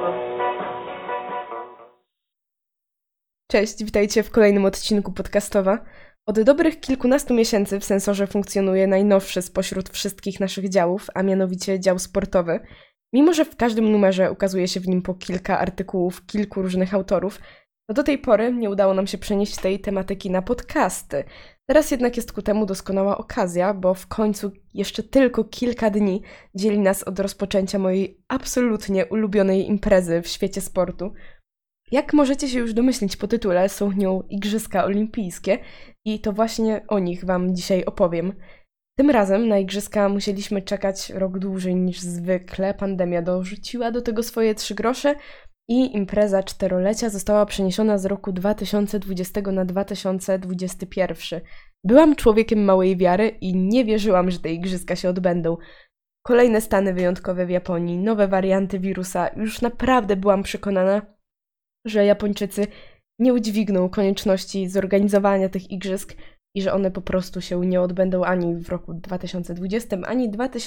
Cześć, witajcie w kolejnym odcinku Podcastowa. Od dobrych kilkunastu miesięcy w Sensorze funkcjonuje najnowszy spośród wszystkich naszych działów, a mianowicie dział sportowy. Mimo że w każdym numerze ukazuje się w nim po kilka artykułów kilku różnych autorów, to do tej pory nie udało nam się przenieść tej tematyki na podcasty. Teraz jednak jest ku temu doskonała okazja, bo w końcu jeszcze tylko kilka dni dzieli nas od rozpoczęcia mojej absolutnie ulubionej imprezy w świecie sportu. Jak możecie się już domyślić po tytule, są nią Igrzyska Olimpijskie i to właśnie o nich Wam dzisiaj opowiem. Tym razem na Igrzyska musieliśmy czekać rok dłużej niż zwykle, pandemia dorzuciła do tego swoje 3 grosze i impreza 4-lecia została przeniesiona z roku 2020 na 2021. Byłam człowiekiem małej wiary i nie wierzyłam, że te Igrzyska się odbędą. Kolejne stany wyjątkowe w Japonii, nowe warianty wirusa, już naprawdę byłam przekonana, że Japończycy nie udźwigną konieczności zorganizowania tych igrzysk i że one po prostu się nie odbędą ani w roku 2020, ani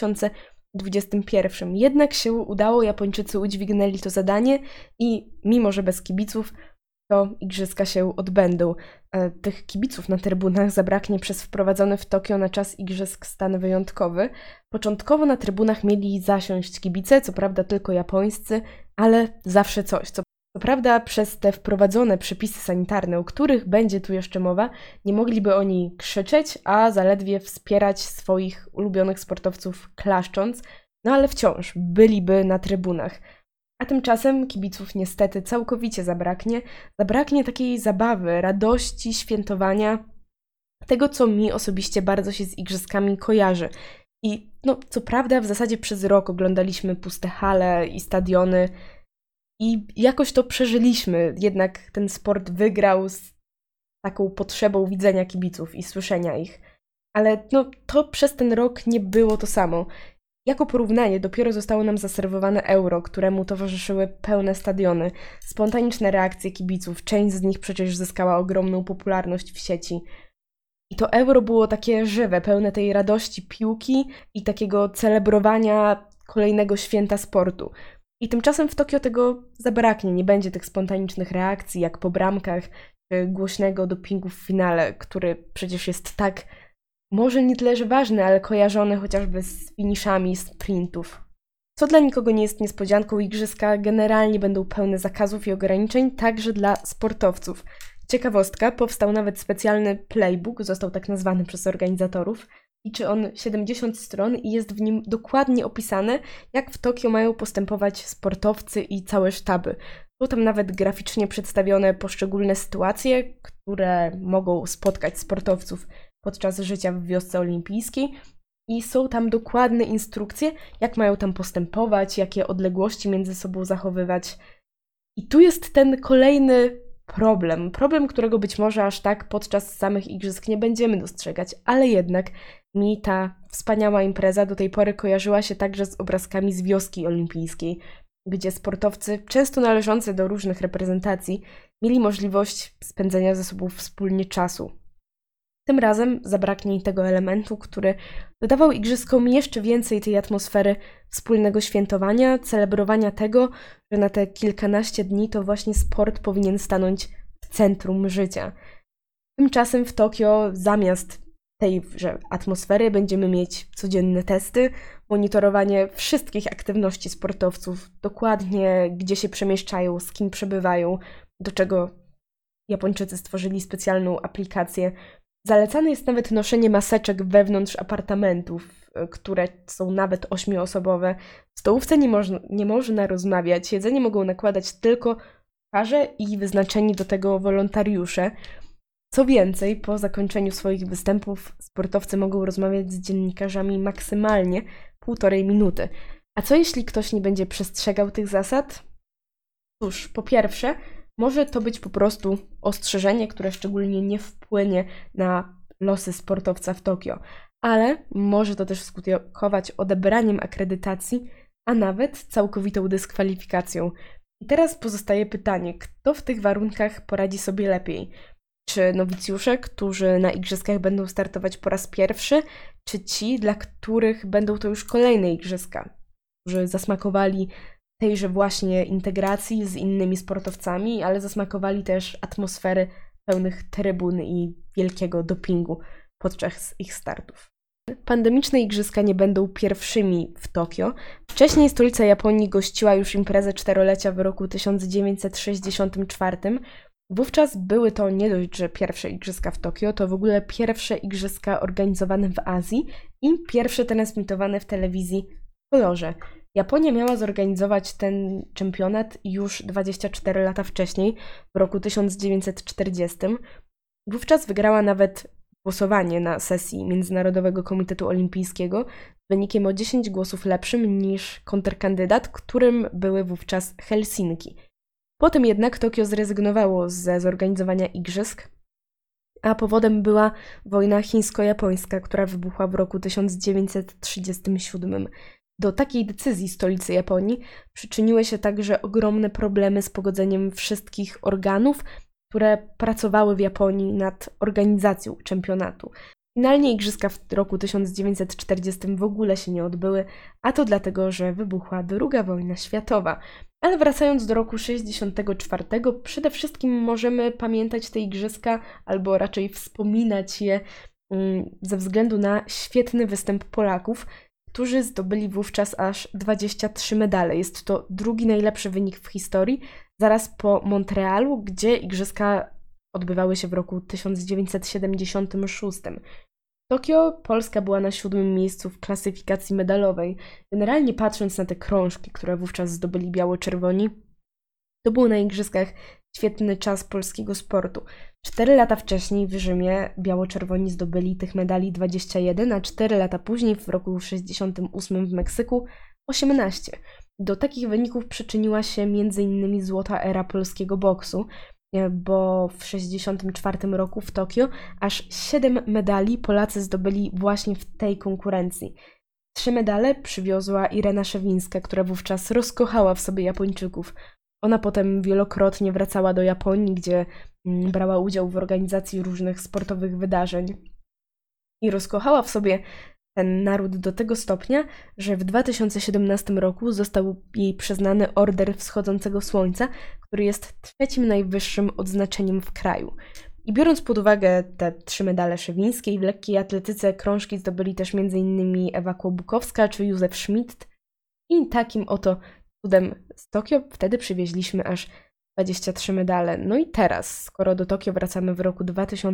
2021. Jednak się udało, Japończycy udźwignęli to zadanie i mimo, że bez kibiców, to igrzyska się odbędą. Tych kibiców na trybunach zabraknie przez wprowadzony w Tokio na czas igrzysk stan wyjątkowy. Początkowo na trybunach mieli zasiąść kibice, co prawda tylko japońscy, ale zawsze coś. Co prawda przez te wprowadzone przepisy sanitarne, o których będzie tu jeszcze mowa, nie mogliby oni krzyczeć, a zaledwie wspierać swoich ulubionych sportowców klaszcząc, no ale wciąż byliby na trybunach. A tymczasem kibiców niestety całkowicie zabraknie. Zabraknie takiej zabawy, radości, świętowania, tego co mi osobiście bardzo się z igrzyskami kojarzy. I no, co prawda w zasadzie przez rok oglądaliśmy puste hale i stadiony i jakoś to przeżyliśmy, jednak ten sport wygrał z taką potrzebą widzenia kibiców i słyszenia ich. Ale no, to przez ten rok nie było to samo. Jako porównanie dopiero zostało nam zaserwowane Euro, któremu towarzyszyły pełne stadiony, spontaniczne reakcje kibiców, część z nich przecież zyskała ogromną popularność w sieci. I to Euro było takie żywe, pełne tej radości piłki i takiego celebrowania kolejnego święta sportu. I tymczasem w Tokio tego zabraknie, nie będzie tych spontanicznych reakcji jak po bramkach, czy głośnego dopingu w finale, który przecież jest tak, może nie tyle, że ważny, ale kojarzony chociażby z finiszami sprintów. Co dla nikogo nie jest niespodzianką, igrzyska generalnie będą pełne zakazów i ograniczeń, także dla sportowców. Ciekawostka, powstał nawet specjalny playbook, został tak nazwany przez organizatorów. Liczy on 70 stron i jest w nim dokładnie opisane, jak w Tokio mają postępować sportowcy i całe sztaby. Są tam nawet graficznie przedstawione poszczególne sytuacje, które mogą spotkać sportowców podczas życia w wiosce olimpijskiej i są tam dokładne instrukcje, jak mają tam postępować, jakie odległości między sobą zachowywać. I tu jest ten kolejny problem, którego być może aż tak podczas samych igrzysk nie będziemy dostrzegać, ale jednak mi ta wspaniała impreza do tej pory kojarzyła się także z obrazkami z wioski olimpijskiej, gdzie sportowcy, często należący do różnych reprezentacji, mieli możliwość spędzenia ze sobą wspólnie czasu. Tym razem zabraknie tego elementu, który dodawał igrzyskom jeszcze więcej tej atmosfery wspólnego świętowania, celebrowania tego, że na te kilkanaście dni to właśnie sport powinien stanąć w centrum życia. Tymczasem w Tokio zamiast tejże atmosfery będziemy mieć codzienne testy, monitorowanie wszystkich aktywności sportowców, dokładnie gdzie się przemieszczają, z kim przebywają, do czego Japończycy stworzyli specjalną aplikację. Zalecane jest nawet noszenie maseczek wewnątrz apartamentów, które są nawet 8-osobowe. W stołówce nie można rozmawiać, jedzenie mogą nakładać tylko kucharze i wyznaczeni do tego wolontariusze. Co więcej, po zakończeniu swoich występów sportowcy mogą rozmawiać z dziennikarzami maksymalnie 1,5 minuty. A co jeśli ktoś nie będzie przestrzegał tych zasad? Cóż, po pierwsze, może to być po prostu ostrzeżenie, które szczególnie nie wpłynie na losy sportowca w Tokio, ale może to też skutkować odebraniem akredytacji, a nawet całkowitą dyskwalifikacją. I teraz pozostaje pytanie, kto w tych warunkach poradzi sobie lepiej? Czy nowicjusze, którzy na igrzyskach będą startować po raz pierwszy, czy ci, dla których będą to już kolejne igrzyska, którzy zasmakowali tejże właśnie integracji z innymi sportowcami, ale zasmakowali też atmosfery pełnych trybun i wielkiego dopingu podczas ich startów. Pandemiczne igrzyska nie będą pierwszymi w Tokio. Wcześniej stolica Japonii gościła już imprezę czterolecia w roku 1964. Wówczas były to nie dość, że pierwsze igrzyska w Tokio, to w ogóle pierwsze igrzyska organizowane w Azji i pierwsze transmitowane w telewizji w kolorze. Japonia miała zorganizować ten czempionat już 24 lata wcześniej, w roku 1940. Wówczas wygrała nawet głosowanie na sesji Międzynarodowego Komitetu Olimpijskiego z wynikiem o 10 głosów lepszym niż kontrkandydat, którym były wówczas Helsinki. Potem jednak Tokio zrezygnowało ze zorganizowania igrzysk, a powodem była wojna chińsko-japońska, która wybuchła w roku 1937. Do takiej decyzji stolicy Japonii przyczyniły się także ogromne problemy z pogodzeniem wszystkich organów, które pracowały w Japonii nad organizacją czempionatu. Finalnie igrzyska w roku 1940 w ogóle się nie odbyły, a to dlatego, że wybuchła II wojna światowa. Ale wracając do roku 1964, przede wszystkim możemy pamiętać te igrzyska, albo raczej wspominać je ze względu na świetny występ Polaków, którzy zdobyli wówczas aż 23 medale. Jest to drugi najlepszy wynik w historii, zaraz po Montrealu, gdzie igrzyska odbywały się w roku 1976. W Tokio Polska była na 7. miejscu w klasyfikacji medalowej. Generalnie patrząc na te krążki, które wówczas zdobyli biało-czerwoni, to był na igrzyskach świetny czas polskiego sportu. 4 lata wcześniej w Rzymie biało-czerwoni zdobyli tych medali 21, a 4 lata później w roku 68 w Meksyku 18. Do takich wyników przyczyniła się m.in. złota era polskiego boksu, bo w 1964 roku w Tokio aż 7 medali Polacy zdobyli właśnie w tej konkurencji. 3 medale przywiozła Irena Szewińska, która wówczas rozkochała w sobie Japończyków. Ona potem wielokrotnie wracała do Japonii, gdzie brała udział w organizacji różnych sportowych wydarzeń i rozkochała w sobie ten naród do tego stopnia, że w 2017 roku został jej przyznany Order Wschodzącego Słońca, który jest 3. najwyższym odznaczeniem w kraju. I biorąc pod uwagę te 3 medale Szewińskiej, w lekkiej atletyce krążki zdobyli też m.in. Ewa Kłobukowska czy Józef Schmidt. I takim oto cudem z Tokio wtedy przywieźliśmy aż 23 medale. No i teraz, skoro do Tokio wracamy w roku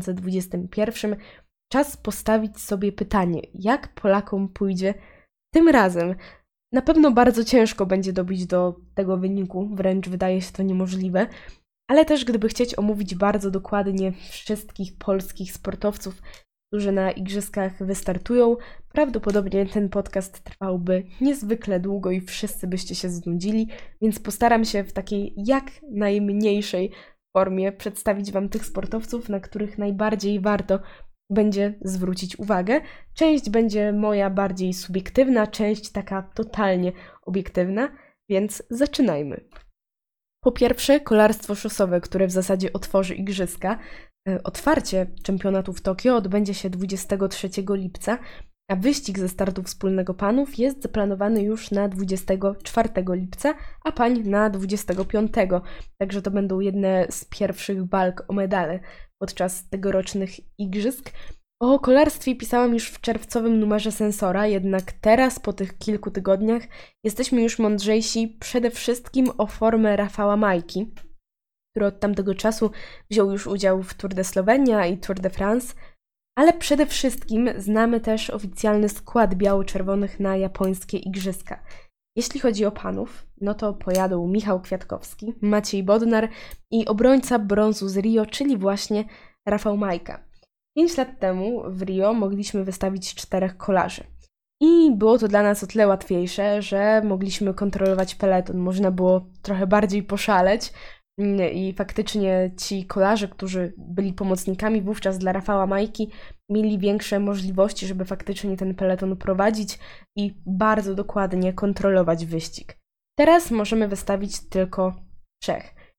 2021, czas postawić sobie pytanie, jak Polakom pójdzie tym razem. Na pewno bardzo ciężko będzie dobić do tego wyniku, wręcz wydaje się to niemożliwe, ale też gdyby chcieć omówić bardzo dokładnie wszystkich polskich sportowców, którzy na igrzyskach wystartują, prawdopodobnie ten podcast trwałby niezwykle długo i wszyscy byście się znudzili, więc postaram się w takiej jak najmniejszej formie przedstawić Wam tych sportowców, na których najbardziej warto będzie zwrócić uwagę. Część będzie moja bardziej subiektywna, część taka totalnie obiektywna, więc zaczynajmy. Po pierwsze, kolarstwo szosowe, które w zasadzie otworzy igrzyska. Otwarcie czempionatu w Tokio odbędzie się 23 lipca, a wyścig ze startu wspólnego panów jest zaplanowany już na 24 lipca, a pań na 25. Także to będą jedne z pierwszych walk o medale podczas tegorocznych igrzysk. O kolarstwie pisałam już w czerwcowym numerze Sensora, jednak teraz, po tych kilku tygodniach, jesteśmy już mądrzejsi przede wszystkim o formę Rafała Majki, który od tamtego czasu wziął już udział w Tour de Slovenia i Tour de France, ale przede wszystkim znamy też oficjalny skład biało-czerwonych na japońskie igrzyska. Jeśli chodzi o panów, no to pojadą Michał Kwiatkowski, Maciej Bodnar i obrońca brązu z Rio, czyli właśnie Rafał Majka. 5 lat temu w Rio mogliśmy wystawić 4 kolarzy. I było to dla nas o tyle łatwiejsze, że mogliśmy kontrolować peleton. Można było trochę bardziej poszaleć i faktycznie ci kolarze, którzy byli pomocnikami wówczas dla Rafała Majki, mieli większe możliwości, żeby faktycznie ten peleton prowadzić i bardzo dokładnie kontrolować wyścig. Teraz możemy wystawić tylko 3.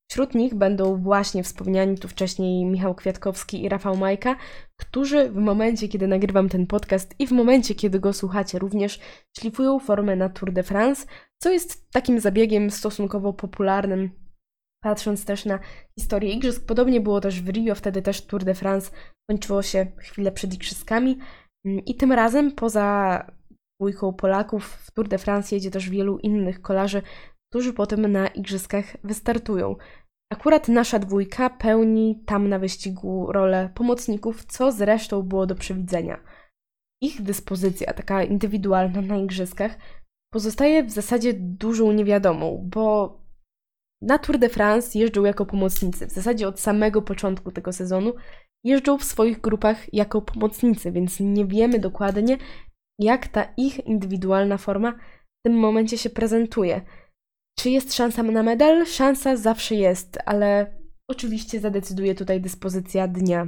Wśród nich będą właśnie wspomniani tu wcześniej Michał Kwiatkowski i Rafał Majka, którzy w momencie, kiedy nagrywam ten podcast i w momencie, kiedy go słuchacie również, szlifują formę na Tour de France, co jest takim zabiegiem stosunkowo popularnym, patrząc też na historię igrzysk. Podobnie było też w Rio, wtedy też Tour de France kończyło się chwilę przed igrzyskami i tym razem poza dwójką Polaków w Tour de France jedzie też wielu innych kolarzy, którzy potem na igrzyskach wystartują. Akurat nasza dwójka pełni tam na wyścigu rolę pomocników, co zresztą było do przewidzenia. Ich dyspozycja, taka indywidualna na igrzyskach, pozostaje w zasadzie dużą niewiadomą, bo na Tour de France jeżdżą jako pomocnicy. W zasadzie od samego początku tego sezonu jeżdżą w swoich grupach jako pomocnicy, więc nie wiemy dokładnie, jak ta ich indywidualna forma w tym momencie się prezentuje. Czy jest szansa na medal? Szansa zawsze jest, ale oczywiście zadecyduje tutaj dyspozycja dnia.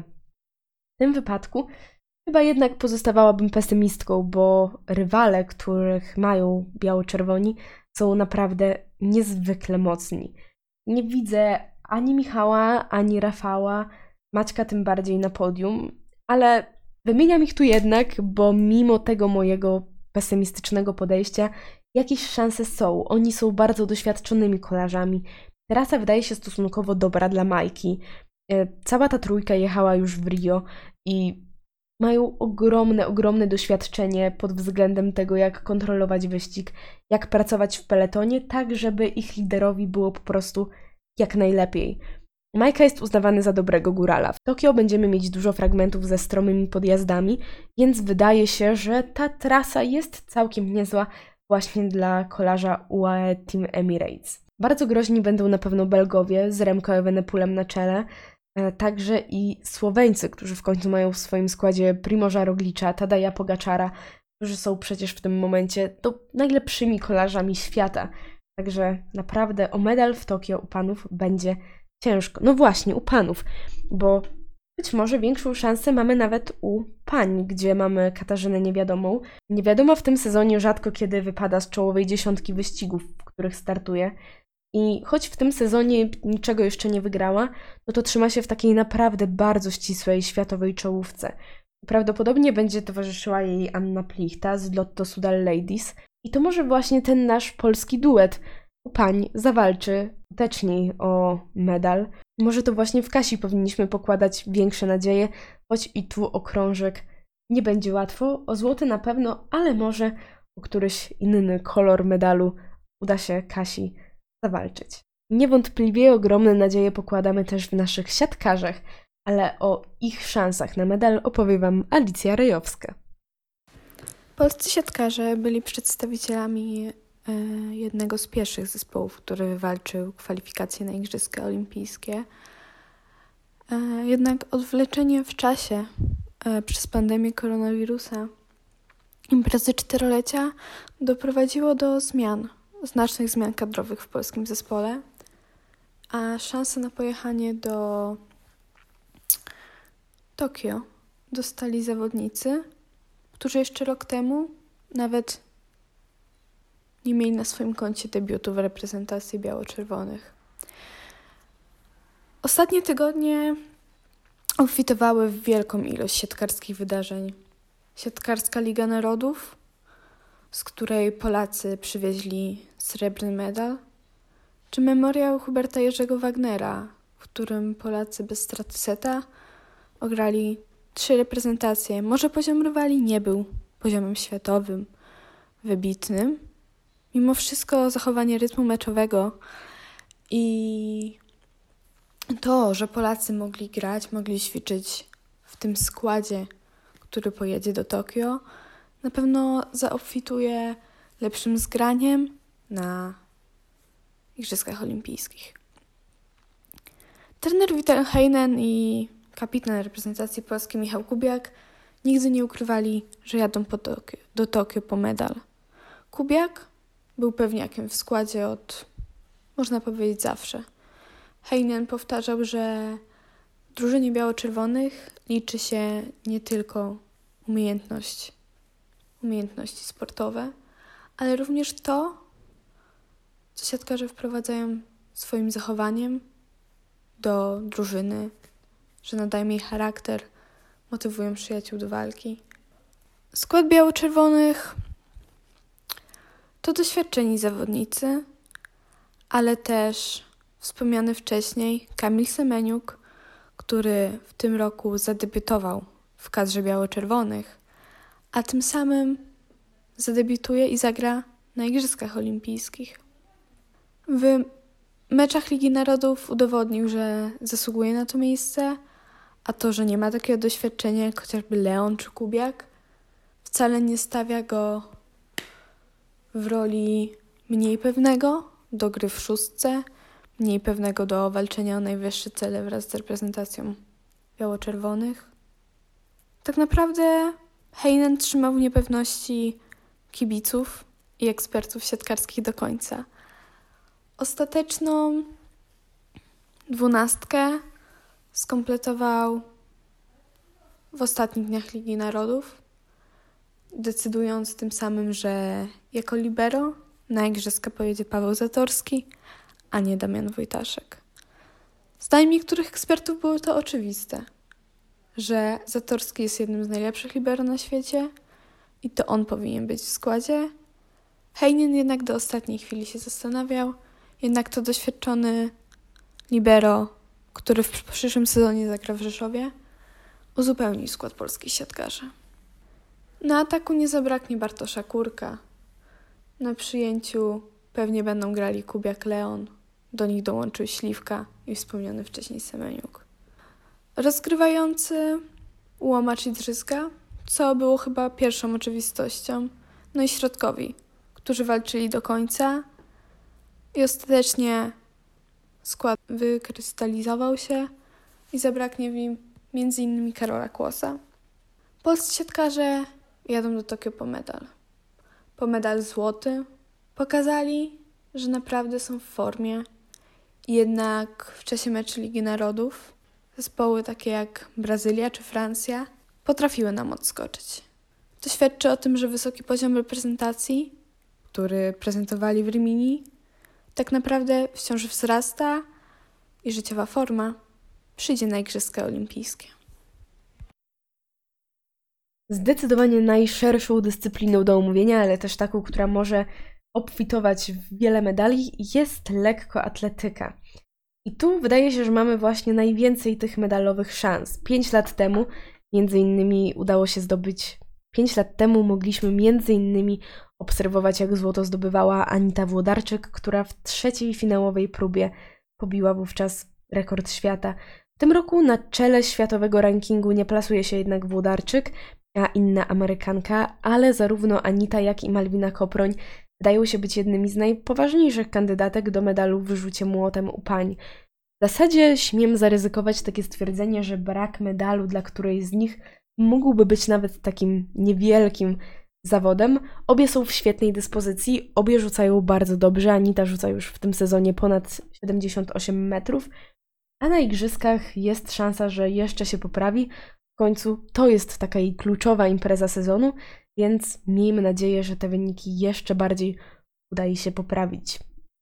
W tym wypadku chyba jednak pozostawałabym pesymistką, bo rywale, których mają biało-czerwoni, są naprawdę niezwykle mocni. Nie widzę ani Michała, ani Rafała, Maćka tym bardziej na podium, ale wymieniam ich tu jednak, bo mimo tego mojego pesymistycznego podejścia jakieś szanse są. Oni są bardzo doświadczonymi kolarzami. Trasa wydaje się stosunkowo dobra dla Majki. Cała ta trójka jechała już w Rio i mają ogromne doświadczenie pod względem tego, jak kontrolować wyścig, jak pracować w peletonie, tak żeby ich liderowi było po prostu jak najlepiej. Majka jest uznawany za dobrego górala. W Tokio będziemy mieć dużo fragmentów ze stromymi podjazdami, więc wydaje się, że ta trasa jest całkiem niezła właśnie dla kolarza UAE Team Emirates. Bardzo groźni będą na pewno Belgowie z Remco Evenepoelem na czele, także i Słoweńcy, którzy w końcu mają w swoim składzie Primoža Roglicza, Tadeja Pogačara, którzy są przecież w tym momencie najlepszymi kolarzami świata. Także naprawdę o medal w Tokio u panów będzie ciężko. No właśnie, u panów, bo być może większą szansę mamy nawet u pań, gdzie mamy Katarzynę Niewiadomą. Niewiadoma w tym sezonie rzadko kiedy wypada z czołowej dziesiątki wyścigów, w których startuje. I choć w tym sezonie niczego jeszcze nie wygrała, no to trzyma się w takiej naprawdę bardzo ścisłej światowej czołówce. Prawdopodobnie będzie towarzyszyła jej Anna Plichta z Lotto Sudal Ladies. I to może właśnie ten nasz polski duet u pań zawalczy skuteczniej o medal. Może to właśnie w Kasi powinniśmy pokładać większe nadzieje, choć i tu o krążek nie będzie łatwo. O złoty na pewno, ale może o któryś inny kolor medalu uda się Kasi zawalczyć. Niewątpliwie ogromne nadzieje pokładamy też w naszych siatkarzach, ale o ich szansach na medal opowie Wam Alicja Rejowska. Polscy siatkarze byli przedstawicielami jednego z pierwszych zespołów, który wywalczył kwalifikacje na Igrzyska Olimpijskie. Jednak odwleczenie w czasie przez pandemię koronawirusa imprezy 4-lecia doprowadziło do znacznych zmian kadrowych w polskim zespole, a szanse na pojechanie do Tokio dostali zawodnicy, którzy jeszcze rok temu nawet nie mieli na swoim koncie debiutu w reprezentacji biało-czerwonych. Ostatnie tygodnie obfitowały w wielką ilość siatkarskich wydarzeń. Siatkarska Liga Narodów, z której Polacy przywieźli srebrny medal, czy memoriał Huberta Jerzego Wagnera, w którym Polacy bez straty seta ograli 3 reprezentacje. Może poziom rywali nie był poziomem światowym, wybitnym. Mimo wszystko zachowanie rytmu meczowego i to, że Polacy mogli grać, mogli ćwiczyć w tym składzie, który pojedzie do Tokio, na pewno zaobfituje lepszym zgraniem na Igrzyskach Olimpijskich. Trener Vital Heinen i kapitan reprezentacji polskiej Michał Kubiak nigdy nie ukrywali, że jadą do Tokio po medal. Kubiak był pewniakiem w składzie od, można powiedzieć, zawsze. Heinen powtarzał, że w drużynie biało-czerwonych liczy się nie tylko umiejętności sportowe, ale również to, co siatkarze wprowadzają swoim zachowaniem, do drużyny, że nadają jej charakter, motywują przyjaciół do walki. Skład biało-czerwonych to doświadczeni zawodnicy, ale też wspomniany wcześniej Kamil Semeniuk, który w tym roku zadebiutował w kadrze biało-czerwonych, a tym samym zadebiutuje i zagra na Igrzyskach Olimpijskich. W meczach Ligi Narodów udowodnił, że zasługuje na to miejsce, a to, że nie ma takiego doświadczenia jak chociażby Leon czy Kubiak, wcale nie stawia go w roli mniej pewnego do gry w szóstce, mniej pewnego do walczenia o najwyższe cele wraz z reprezentacją biało-czerwonych. Tak naprawdę Heinen trzymał w niepewności kibiców i ekspertów siatkarskich do końca. Ostateczną 12 skompletował w ostatnich dniach Ligi Narodów, decydując tym samym, że jako libero na igrzyska pojedzie Paweł Zatorski, a nie Damian Wojtaszek. Zdaniem niektórych ekspertów było to oczywiste, że Zatorski jest jednym z najlepszych libero na świecie i to on powinien być w składzie. Heinen jednak do ostatniej chwili się zastanawiał, jednak to doświadczony libero, który w przyszłym sezonie zagra w Rzeszowie, uzupełnił skład polskich siatkarzy. Na ataku nie zabraknie Bartosza Kurka. Na przyjęciu pewnie będą grali Kubiak, Leon. Do nich dołączył Śliwka i wspomniany wcześniej Semeniuk. Rozgrywający Łomacz i Drzyzga, co było chyba pierwszą oczywistością. No i środkowi, którzy walczyli do końca i ostatecznie skład wykrystalizował się i zabraknie w nim m.in. Karola Kłosa. Polscy siatkarze jadą do Tokio po medal. Po medal złoty. Pokazali, że naprawdę są w formie. Jednak w czasie meczy Ligi Narodów zespoły takie jak Brazylia czy Francja potrafiły nam odskoczyć. To świadczy o tym, że wysoki poziom reprezentacji, który prezentowali w Rimini, tak naprawdę wciąż wzrasta i życiowa forma przyjdzie na Igrzyska Olimpijskie. Zdecydowanie najszerszą dyscypliną do omówienia, ale też taką, która może obfitować w wiele medali, jest lekkoatletyka. I tu wydaje się, że mamy właśnie najwięcej tych medalowych szans. 5 lat temu mogliśmy między innymi obserwować, jak złoto zdobywała Anita Włodarczyk, która w trzeciej finałowej próbie pobiła wówczas rekord świata. W tym roku na czele światowego rankingu nie plasuje się jednak Włodarczyk, a inna Amerykanka, ale zarówno Anita, jak i Malwina Koproń wydają się być jednymi z najpoważniejszych kandydatek do medalu w rzucie młotem u pań. W zasadzie śmiem zaryzykować takie stwierdzenie, że brak medalu dla którejś z nich mógłby być nawet takim niewielkim zawodem. Obie są w świetnej dyspozycji, obie rzucają bardzo dobrze. Anita rzuca już w tym sezonie ponad 78 metrów, a na igrzyskach jest szansa, że jeszcze się poprawi. W końcu to jest taka jej kluczowa impreza sezonu, więc miejmy nadzieję, że te wyniki jeszcze bardziej uda jej się poprawić.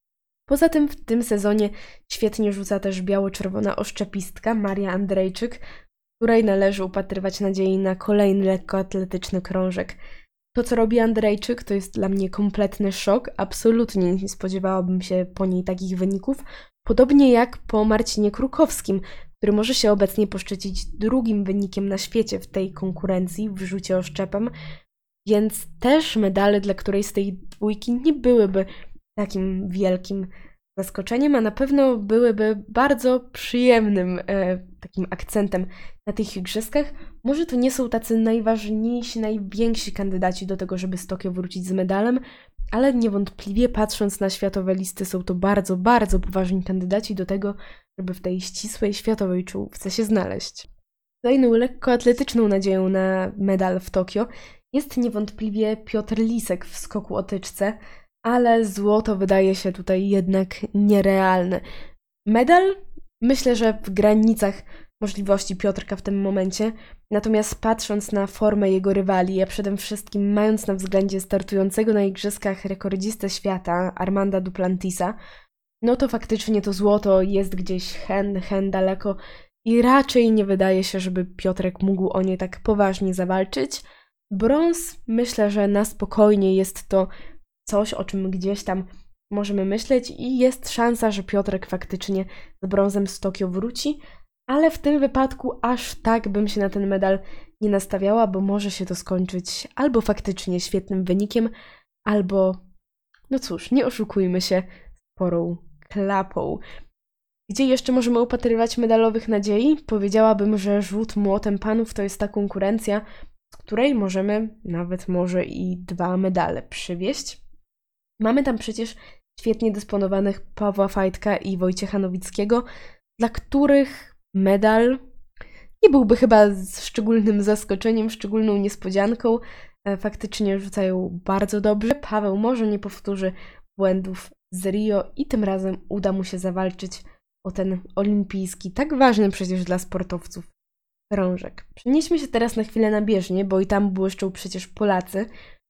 Poza tym w tym sezonie świetnie rzuca też biało-czerwona oszczepistka Maria Andrejczyk, której należy upatrywać nadziei na kolejny lekkoatletyczny krążek. To, co robi Andrejczyk, to jest dla mnie kompletny szok. Absolutnie nie spodziewałabym się po niej takich wyników. Podobnie jak po Marcinie Krukowskim, który może się obecnie poszczycić drugim wynikiem na świecie w tej konkurencji w rzucie oszczepem, więc też medale dla której z tej dwójki nie byłyby takim wielkim zaskoczeniem, a na pewno byłyby bardzo przyjemnym takim akcentem na tych igrzyskach. Może to nie są tacy najważniejsi, najwięksi kandydaci do tego, żeby z Tokio wrócić z medalem, ale niewątpliwie patrząc na światowe listy są to bardzo, bardzo poważni kandydaci do tego, żeby w tej ścisłej światowej czołówce się znaleźć. Kolejną lekkoatletyczną nadzieją na medal w Tokio jest niewątpliwie Piotr Lisek w skoku o tyczce, ale złoto wydaje się tutaj jednak nierealne. Medal? Myślę, że w granicach możliwości Piotrka w tym momencie, natomiast patrząc na formę jego rywali, a przede wszystkim mając na względzie startującego na igrzyskach rekordzistę świata Armanda Duplantisa, no to faktycznie to złoto jest gdzieś hen daleko i raczej nie wydaje się, żeby Piotrek mógł o nie tak poważnie zawalczyć. Brąz, myślę, że na spokojnie jest to coś, o czym gdzieś tam możemy myśleć i jest szansa, że Piotrek faktycznie z brązem z Tokio wróci, ale w tym wypadku aż tak bym się na ten medal nie nastawiała, bo może się to skończyć albo faktycznie świetnym wynikiem, albo, no cóż, nie oszukujmy się, sporą klapą. Gdzie jeszcze możemy upatrywać medalowych nadziei? Powiedziałabym, że rzut młotem panów to jest ta konkurencja, z której możemy nawet może i 2 medale przywieźć. Mamy tam przecież świetnie dysponowanych Pawła Fajtka i Wojciecha Nowickiego, dla których medal nie byłby chyba szczególnym zaskoczeniem, szczególną niespodzianką. Faktycznie rzucają bardzo dobrze. Paweł może nie powtórzy błędów z Rio i tym razem uda mu się zawalczyć o ten olimpijski, tak ważny przecież dla sportowców, krążek. Przenieśmy się teraz na chwilę na bieżnię, bo i tam błyszczą przecież Polacy.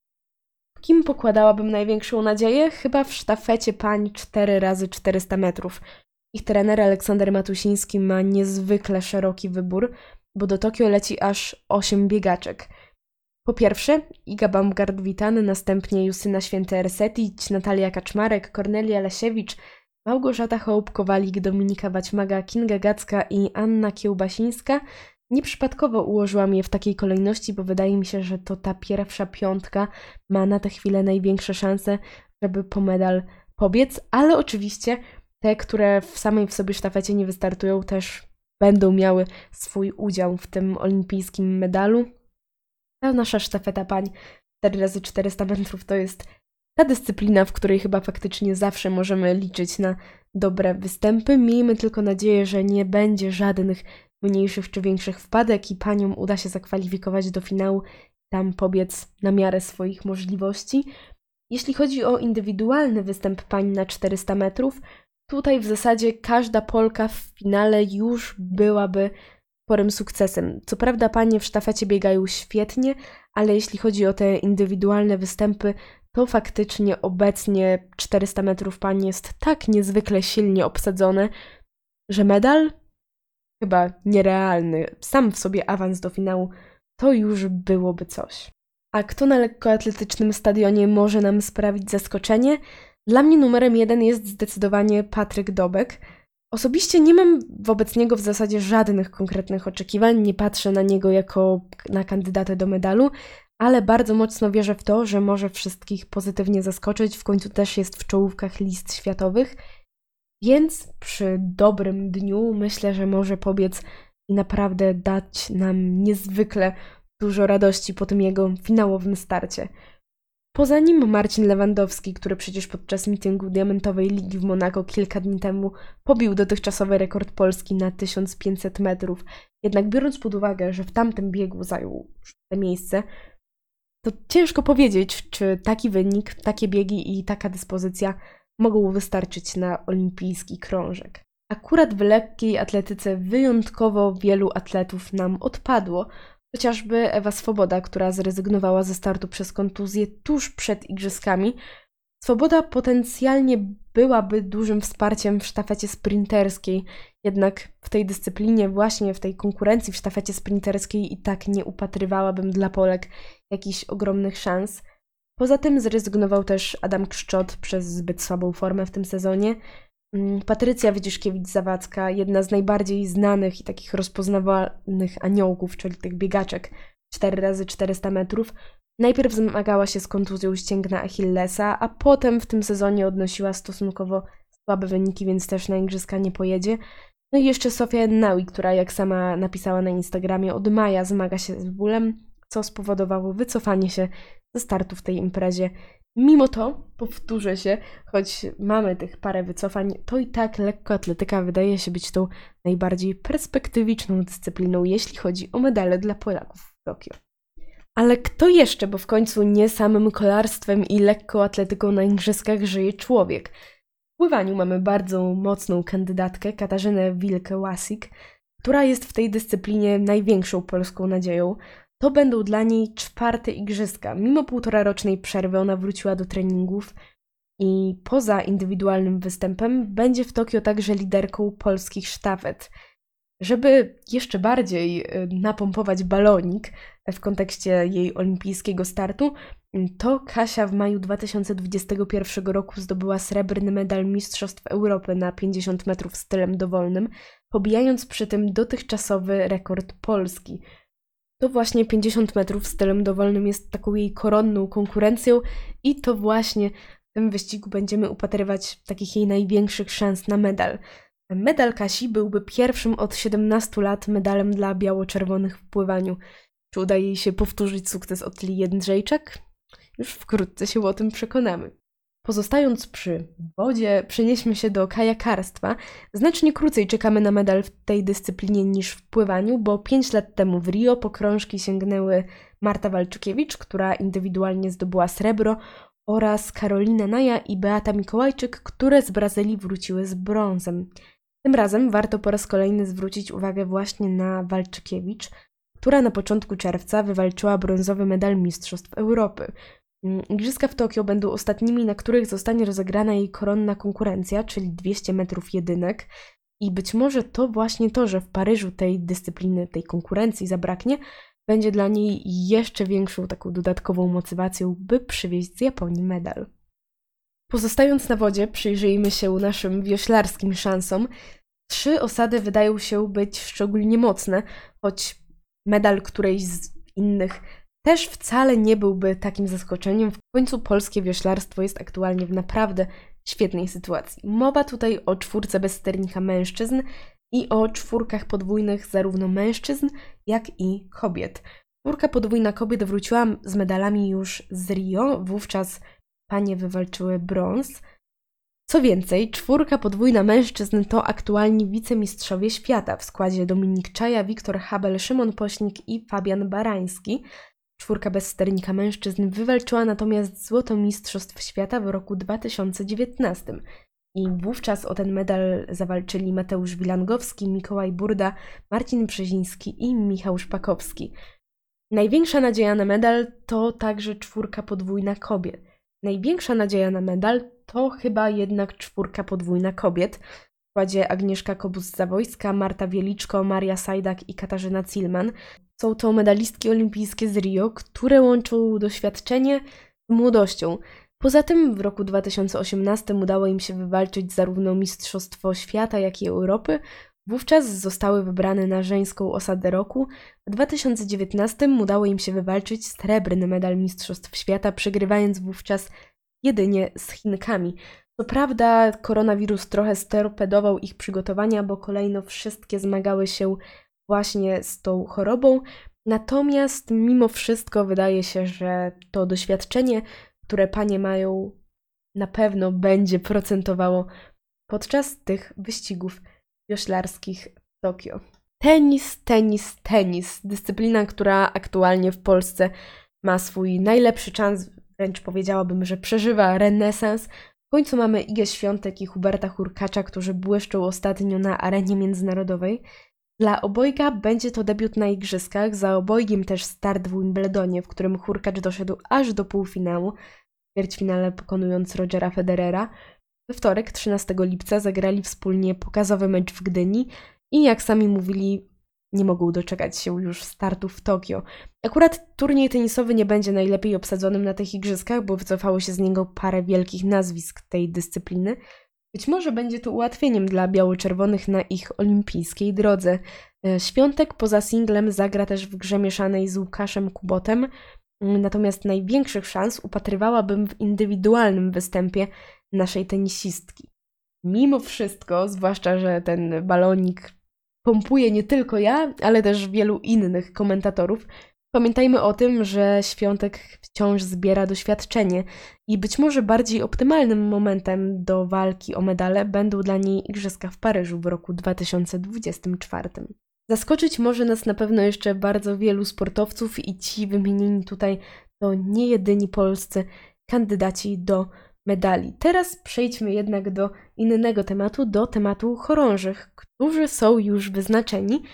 W kim pokładałabym największą nadzieję? Chyba w sztafecie pań 4x400 metrów. Ich trener Aleksander Matusiński ma niezwykle szeroki wybór, bo do Tokio leci aż 8 biegaczek. Po pierwsze Iga Baumgart-Witan, następnie Justyna Święty-Ersetic, Natalia Kaczmarek, Kornelia Lesiewicz, Małgorzata Hołb-Kowalik, Dominika Waćmaga, Kinga Gacka i Anna Kiełbasińska. Nieprzypadkowo ułożyłam je w takiej kolejności, bo wydaje mi się, że to ta pierwsza 5 ma na tę chwilę największe szanse, żeby po medal pobiec, ale oczywiście te, które w samej w sobie sztafecie nie wystartują, też będą miały swój udział w tym olimpijskim medalu. Ta nasza sztafeta pań 4x400 metrów to jest ta dyscyplina, w której chyba faktycznie zawsze możemy liczyć na dobre występy. Miejmy tylko nadzieję, że nie będzie żadnych mniejszych czy większych wpadek i paniom uda się zakwalifikować do finału, tam pobiec na miarę swoich możliwości. Jeśli chodzi o indywidualny występ pań na 400 metrów, tutaj w zasadzie każda Polka w finale już byłaby sporym sukcesem. Co prawda panie w sztafecie biegają świetnie, ale jeśli chodzi o te indywidualne występy, to faktycznie obecnie 400 metrów pań jest tak niezwykle silnie obsadzone, że medal chyba nierealny, sam w sobie awans do finału, to już byłoby coś. A kto na lekkoatletycznym stadionie może nam sprawić zaskoczenie? Dla mnie numerem 1 jest zdecydowanie Patryk Dobek. Osobiście nie mam wobec niego w zasadzie żadnych konkretnych oczekiwań, nie patrzę na niego jako na kandydatę do medalu, ale bardzo mocno wierzę w to, że może wszystkich pozytywnie zaskoczyć, w końcu też jest w czołówkach list światowych, więc przy dobrym dniu myślę, że może pobiec i naprawdę dać nam niezwykle dużo radości po tym jego finałowym starcie. Poza nim Marcin Lewandowski, który przecież podczas mityngu Diamentowej Ligi w Monako kilka dni temu pobił dotychczasowy rekord Polski na 1500 metrów. Jednak biorąc pod uwagę, że w tamtym biegu zajął 6. miejsce, to ciężko powiedzieć, czy taki wynik, takie biegi i taka dyspozycja mogą wystarczyć na olimpijski krążek. Akurat w lekkiej atletyce wyjątkowo wielu atletów nam odpadło, chociażby Ewa Swoboda, która zrezygnowała ze startu przez kontuzję tuż przed igrzyskami. Swoboda potencjalnie byłaby dużym wsparciem w sztafecie sprinterskiej, jednak w tej dyscyplinie, właśnie w tej konkurencji w sztafecie sprinterskiej i tak nie upatrywałabym dla Polek jakichś ogromnych szans. Poza tym zrezygnował też Adam Kszczot przez zbyt słabą formę w tym sezonie. Patrycja Wyciszkiewicz-Zawadzka, jedna z najbardziej znanych i takich rozpoznawalnych aniołków, czyli tych biegaczek 4x400 metrów, najpierw zmagała się z kontuzją ścięgna Achillesa, a potem w tym sezonie odnosiła stosunkowo słabe wyniki, więc też na igrzyska nie pojedzie. No i jeszcze Sofia Ennaui, która jak sama napisała na Instagramie, od maja zmaga się z bólem, co spowodowało wycofanie się ze startu w tej imprezie. Mimo to, powtórzę się, choć mamy tych parę wycofań, to i tak lekkoatletyka wydaje się być tą najbardziej perspektywiczną dyscypliną, jeśli chodzi o medale dla Polaków w Tokio. Ale kto jeszcze, bo w końcu nie samym kolarstwem i lekkoatletyką na igrzyskach żyje człowiek. W pływaniu mamy bardzo mocną kandydatkę, Katarzynę Wilkę-Łasik, która jest w tej dyscyplinie największą polską nadzieją. To będą dla niej 4. igrzyska. Mimo 1,5-rocznej przerwy ona wróciła do treningów. I poza indywidualnym występem będzie w Tokio także liderką polskich sztafet. Żeby jeszcze bardziej napompować balonik w kontekście jej olimpijskiego startu, to Kasia w maju 2021 roku zdobyła srebrny medal Mistrzostw Europy na 50 metrów stylem dowolnym, pobijając przy tym dotychczasowy rekord Polski. To właśnie 50 metrów stylem dowolnym jest taką jej koronną konkurencją i to właśnie w tym wyścigu będziemy upatrywać takich jej największych szans na medal. Medal Kasi byłby pierwszym od 17 lat medalem dla biało-czerwonych w pływaniu. Czy uda jej się powtórzyć sukces Otilii Jędrzejczak? Już wkrótce się o tym przekonamy. Pozostając przy wodzie, przenieśmy się do kajakarstwa. Znacznie krócej czekamy na medal w tej dyscyplinie niż w pływaniu, bo 5 lat temu w Rio po krążki sięgnęły Marta Walczykiewicz, która indywidualnie zdobyła srebro, oraz Karolina Naja i Beata Mikołajczyk, które z Brazylii wróciły z brązem. Tym razem warto po raz kolejny zwrócić uwagę właśnie na Walczykiewicz, która na początku czerwca wywalczyła brązowy medal Mistrzostw Europy. Igrzyska w Tokio będą ostatnimi, na których zostanie rozegrana jej koronna konkurencja, czyli 200 metrów jedynek. I być może to właśnie to, że w Paryżu tej dyscypliny, tej konkurencji zabraknie, będzie dla niej jeszcze większą taką dodatkową motywacją, by przywieźć z Japonii medal. Pozostając na wodzie, przyjrzyjmy się naszym wioślarskim szansom. 3 osady wydają się być szczególnie mocne, choć medal którejś z innych też wcale nie byłby takim zaskoczeniem. W końcu polskie wioślarstwo jest aktualnie w naprawdę świetnej sytuacji. Mowa tutaj o 4 bez sternika mężczyzn i o 4 podwójnych zarówno mężczyzn, jak i kobiet. 4 podwójna kobiet wróciła z medalami już z Rio, wówczas panie wywalczyły brąz. Co więcej, 4 podwójna mężczyzn to aktualni wicemistrzowie świata w składzie Dominik Czaja, Wiktor Habel, Szymon Pośnik i Fabian Barański. 4 bez sternika mężczyzn wywalczyła natomiast złoto mistrzostw świata w roku 2019 i wówczas o ten medal zawalczyli Mateusz Wilangowski, Mikołaj Burda, Marcin Brzeziński i Michał Szpakowski. Największa nadzieja na medal to także 4 podwójna kobiet. Największa nadzieja na medal to chyba jednak 4 podwójna kobiet w składzie Agnieszka Kobus-Zawojska, Marta Wieliczko, Maria Sajdak i Katarzyna Cilman. Są to medalistki olimpijskie z Rio, które łączą doświadczenie z młodością. Poza tym w roku 2018 udało im się wywalczyć zarówno Mistrzostwo Świata, jak i Europy. Wówczas zostały wybrane na żeńską osadę roku. W 2019 udało im się wywalczyć srebrny medal Mistrzostw Świata, przegrywając wówczas jedynie z Chinkami. Co prawda koronawirus trochę storpedował ich przygotowania, bo kolejno wszystkie zmagały się właśnie z tą chorobą. Natomiast mimo wszystko wydaje się, że to doświadczenie, które panie mają, na pewno będzie procentowało podczas tych wyścigów wioślarskich w Tokio. Tenis. Dyscyplina, która aktualnie w Polsce ma swój najlepszy czas, wręcz powiedziałabym, że przeżywa renesans. W końcu mamy Igę Świątek i Huberta Hurkacza, którzy błyszczą ostatnio na arenie międzynarodowej. Dla obojga będzie to debiut na igrzyskach, za obojgiem też start w Wimbledonie, w którym Hurkacz doszedł aż do półfinału, w ćwierćfinale pokonując Rogera Federera. We wtorek, 13 lipca, zagrali wspólnie pokazowy mecz w Gdyni i jak sami mówili, nie mogą doczekać się już startu w Tokio. Akurat turniej tenisowy nie będzie najlepiej obsadzonym na tych igrzyskach, bo wycofało się z niego parę wielkich nazwisk tej dyscypliny. Być może będzie to ułatwieniem dla biało-czerwonych na ich olimpijskiej drodze. Świątek poza singlem zagra też w grze mieszanej z Łukaszem Kubotem, natomiast największych szans upatrywałabym w indywidualnym występie naszej tenisistki. Mimo wszystko, zwłaszcza, że ten balonik pompuje nie tylko ja, ale też wielu innych komentatorów, pamiętajmy o tym, że Świątek wciąż zbiera doświadczenie i być może bardziej optymalnym momentem do walki o medale będą dla niej Igrzyska w Paryżu w roku 2024. Zaskoczyć może nas na pewno jeszcze bardzo wielu sportowców i ci wymienieni tutaj to nie jedyni polscy kandydaci do medali. Teraz przejdźmy jednak do innego tematu, do tematu chorążych, którzy są już wyznaczeni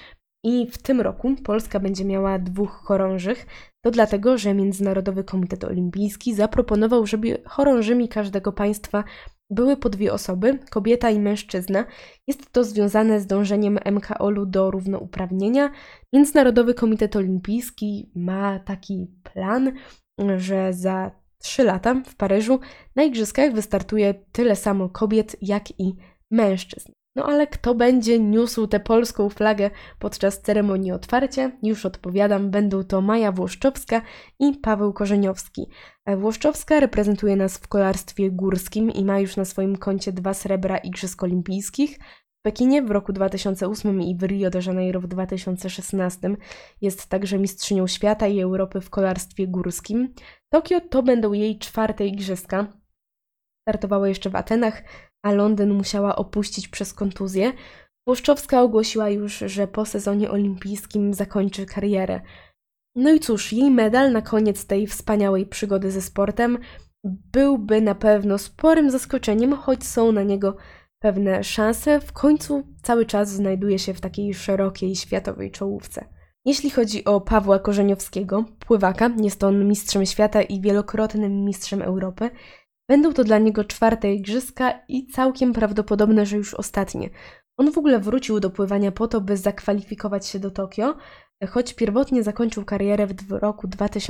I w tym roku Polska będzie miała 2 chorążych. To dlatego, że Międzynarodowy Komitet Olimpijski zaproponował, żeby chorążymi każdego państwa były po 2 osoby, kobieta i mężczyzna. Jest to związane z dążeniem MKOL-u do równouprawnienia. Międzynarodowy Komitet Olimpijski ma taki plan, że za 3 lata w Paryżu na igrzyskach wystartuje tyle samo kobiet, jak i mężczyzn. No ale kto będzie niósł tę polską flagę podczas ceremonii otwarcia? Już odpowiadam, będą to Maja Włoszczowska i Paweł Korzeniowski. Włoszczowska reprezentuje nas w kolarstwie górskim i ma już na swoim koncie 2 srebra Igrzysk Olimpijskich. W Pekinie w roku 2008 i w Rio de Janeiro w 2016 jest także mistrzynią świata i Europy w kolarstwie górskim. Tokio to będą jej 4. igrzyska. Startowała jeszcze w Atenach, a Londyn musiała opuścić przez kontuzję. Włoszczowska ogłosiła już, że po sezonie olimpijskim zakończy karierę. No i cóż, jej medal na koniec tej wspaniałej przygody ze sportem byłby na pewno sporym zaskoczeniem, choć są na niego pewne szanse. W końcu cały czas znajduje się w takiej szerokiej światowej czołówce. Jeśli chodzi o Pawła Korzeniowskiego, pływaka, jest on mistrzem świata i wielokrotnym mistrzem Europy. Będą to dla niego 4. igrzyska i całkiem prawdopodobne, że już ostatnie. On w ogóle wrócił do pływania po to, by zakwalifikować się do Tokio, choć pierwotnie zakończył karierę w roku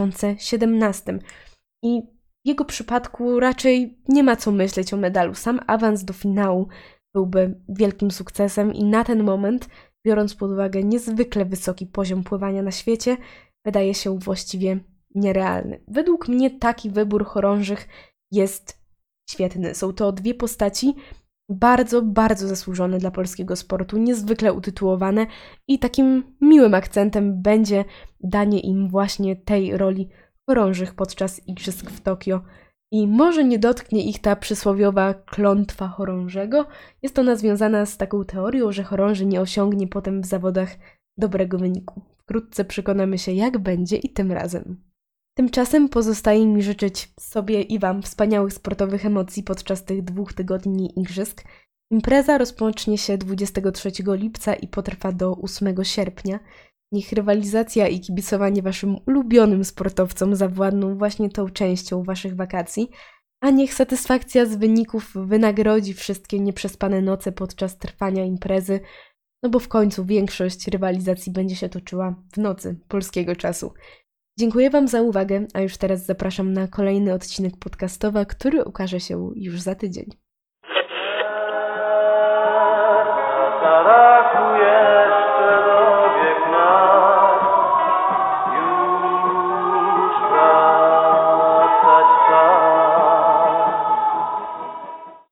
2017. I w jego przypadku raczej nie ma co myśleć o medalu. Sam awans do finału byłby wielkim sukcesem i na ten moment, biorąc pod uwagę niezwykle wysoki poziom pływania na świecie, wydaje się właściwie nierealny. Według mnie taki wybór chorążych jest świetny. Są to 2 postaci bardzo, bardzo zasłużone dla polskiego sportu, niezwykle utytułowane i takim miłym akcentem będzie danie im właśnie tej roli chorążych podczas igrzysk w Tokio. I może nie dotknie ich ta przysłowiowa klątwa chorążego. Jest ona związana z taką teorią, że chorąży nie osiągnie potem w zawodach dobrego wyniku. Wkrótce przekonamy się, jak będzie i tym razem. Tymczasem pozostaje mi życzyć sobie i Wam wspaniałych sportowych emocji podczas tych 2 tygodni igrzysk. Impreza rozpocznie się 23 lipca i potrwa do 8 sierpnia. Niech rywalizacja i kibicowanie Waszym ulubionym sportowcom zawładną właśnie tą częścią Waszych wakacji, a niech satysfakcja z wyników wynagrodzi wszystkie nieprzespane noce podczas trwania imprezy, no bo w końcu większość rywalizacji będzie się toczyła w nocy polskiego czasu. Dziękuję Wam za uwagę, a już teraz zapraszam na kolejny odcinek podcastowy, który ukaże się już za tydzień.